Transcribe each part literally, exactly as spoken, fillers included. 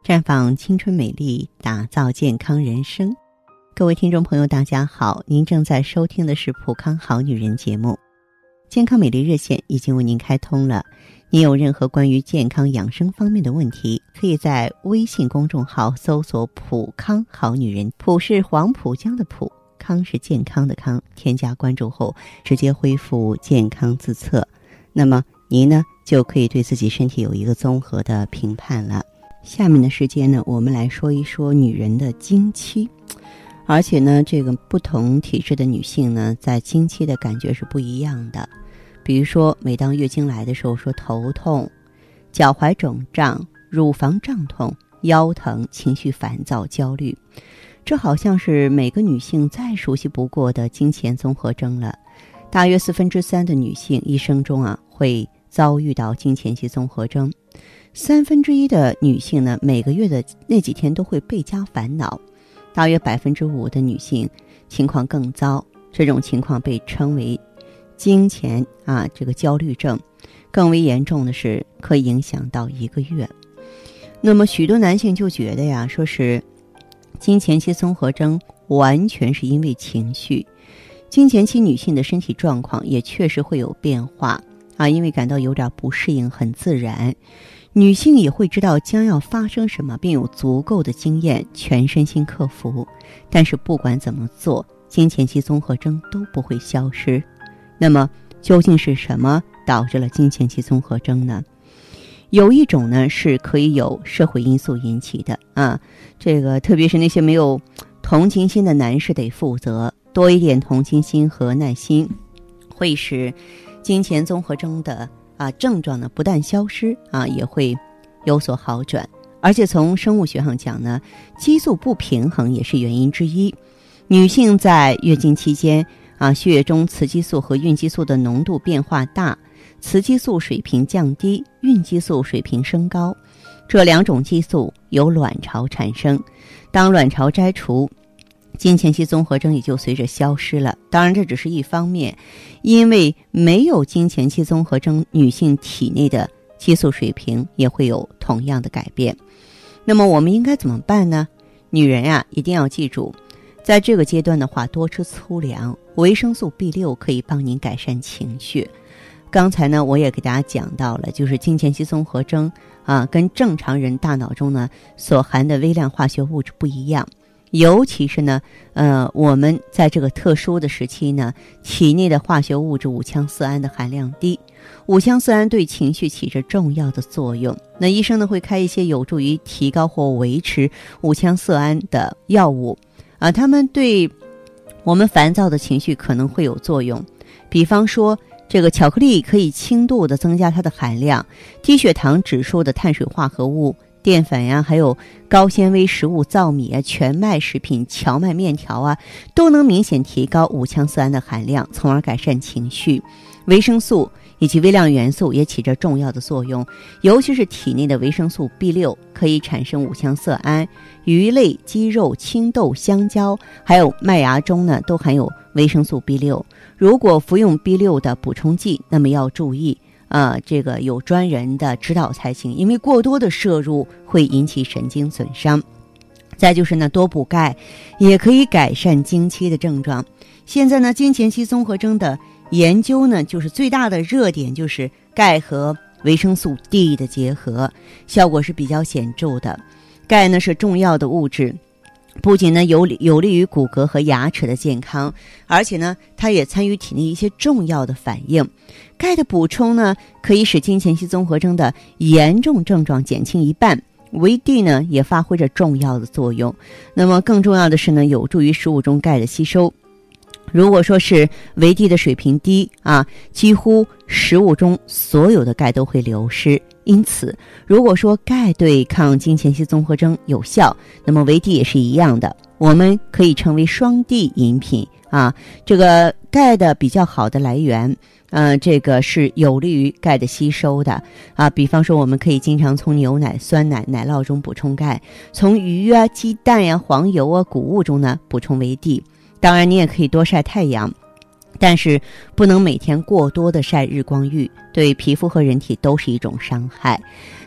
绽放青春美丽，打造健康人生。各位听众朋友大家好，您正在收听的是普康好女人节目。健康美丽热线已经为您开通了，您有任何关于健康养生方面的问题，可以在微信公众号搜索普康好女人，普是黄浦江的浦，康是健康的康，添加关注后直接恢复健康自测，那么您呢就可以对自己身体有一个综合的评判了。下面的时间呢，我们来说一说女人的经期。而且呢，这个不同体质的女性呢，在经期的感觉是不一样的。比如说，每当月经来的时候，说头痛、脚踝肿胀、乳房胀痛、腰疼、情绪烦躁、焦虑，这好像是每个女性再熟悉不过的经前综合征了。大约四分之三的女性一生中啊，会遭遇到经前期综合征。三分之一的女性呢，每个月的那几天都会倍加烦恼。大约百分之五的女性情况更糟，这种情况被称为经前啊这个焦虑症。更为严重的是，可以影响到一个月。那么许多男性就觉得呀，说是经前期综合征完全是因为情绪。经前期女性的身体状况也确实会有变化啊，因为感到有点不适应，很自然。女性也会知道将要发生什么，并有足够的经验全身心克服。但是不管怎么做，经前期综合征都不会消失。那么究竟是什么导致了经前期综合征呢？有一种呢是可以有社会因素引起的啊，这个特别是那些没有同情心的男士得负责，多一点同情心和耐心，会使经前综合征的啊，症状呢不但消失啊，也会有所好转。而且从生物学上讲呢，激素不平衡也是原因之一。女性在月经期间啊，血液中雌激素和孕激素的浓度变化大，雌激素水平降低，孕激素水平升高。这两种激素由卵巢产生，当卵巢摘除，经前期综合征也就随着消失了。当然这只是一方面，因为没有经前期综合征，女性体内的激素水平也会有同样的改变。那么我们应该怎么办呢？女人呀、啊，一定要记住，在这个阶段的话，多吃粗粮，维生素 B 六 可以帮您改善情绪。刚才呢，我也给大家讲到了，就是经前期综合征啊，跟正常人大脑中呢所含的微量化学物质不一样。尤其是呢，呃，我们在这个特殊的时期呢，体内的化学物质五羟色胺的含量低，五羟色胺对情绪起着重要的作用。那医生呢会开一些有助于提高或维持五羟色胺的药物，啊，它们对我们烦躁的情绪可能会有作用。比方说，这个巧克力可以轻度的增加它的含量，低血糖指数的碳水化合物、淀粉呀，还有高纤维食物、糙米啊、全麦食品、荞麦面条啊，都能明显提高五羟色胺的含量，从而改善情绪。维生素以及微量元素也起着重要的作用，尤其是体内的维生素 B 六 可以产生五羟色胺。鱼类、鸡肉、青豆、香蕉还有麦芽中呢，都含有维生素 B 六。如果服用 B 六 的补充剂，那么要注意呃，这个有专人的指导才行，因为过多的摄入会引起神经损伤。再就是呢，多补钙也可以改善经期的症状。现在呢，经前期综合征的研究呢，就是最大的热点就是钙和维生素 D 的结合，效果是比较显著的。钙呢是重要的物质，不仅呢有有利于骨骼和牙齿的健康，而且呢它也参与体内一些重要的反应。钙的补充呢可以使经前期综合征的严重症状减轻一半，维 D 呢也发挥着重要的作用。那么更重要的是呢，有助于食物中钙的吸收。如果说是维 D 的水平低啊，几乎食物中所有的钙都会流失。因此，如果说钙对抗经前期综合征有效，那么维 D 也是一样的，我们可以称为双 D 饮品啊。这个钙的比较好的来源，呃，这个是有利于钙的吸收的啊。比方说，我们可以经常从牛奶、酸奶、奶酪中补充钙，从鱼啊、鸡蛋呀、啊、黄油啊、谷物中呢补充维 D。当然，你也可以多晒太阳。但是不能每天过多的晒日光浴，对皮肤和人体都是一种伤害。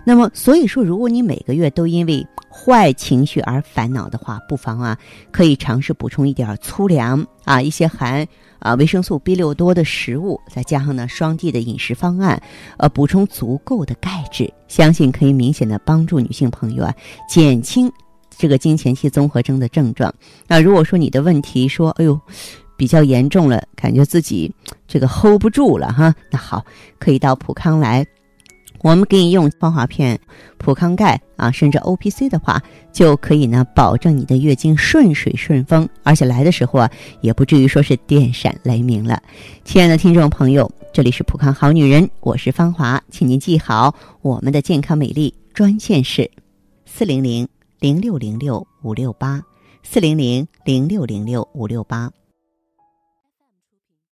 那么所以说，如果你每个月都因为坏情绪而烦恼的话，不妨啊可以尝试补充一点粗粮啊，一些含啊维生素 B 六 多的食物，再加上呢双 D 的饮食方案，呃补充足够的钙质，相信可以明显的帮助女性朋友啊减轻这个经前期综合征的症状。那如果说你的问题说哎呦比较严重了，感觉自己这个 hold 不住了哈，那好，可以到普康来，我们给你用芳华片、普康钙啊，甚至 O P C 的话，就可以呢保证你的月经顺水顺风，而且来的时候啊，也不至于说是电闪雷鸣了。亲爱的听众朋友，这里是普康好女人，我是芳华，请您记好我们的健康美丽专线是四零零零六零六五六八四零零零六零六五六八。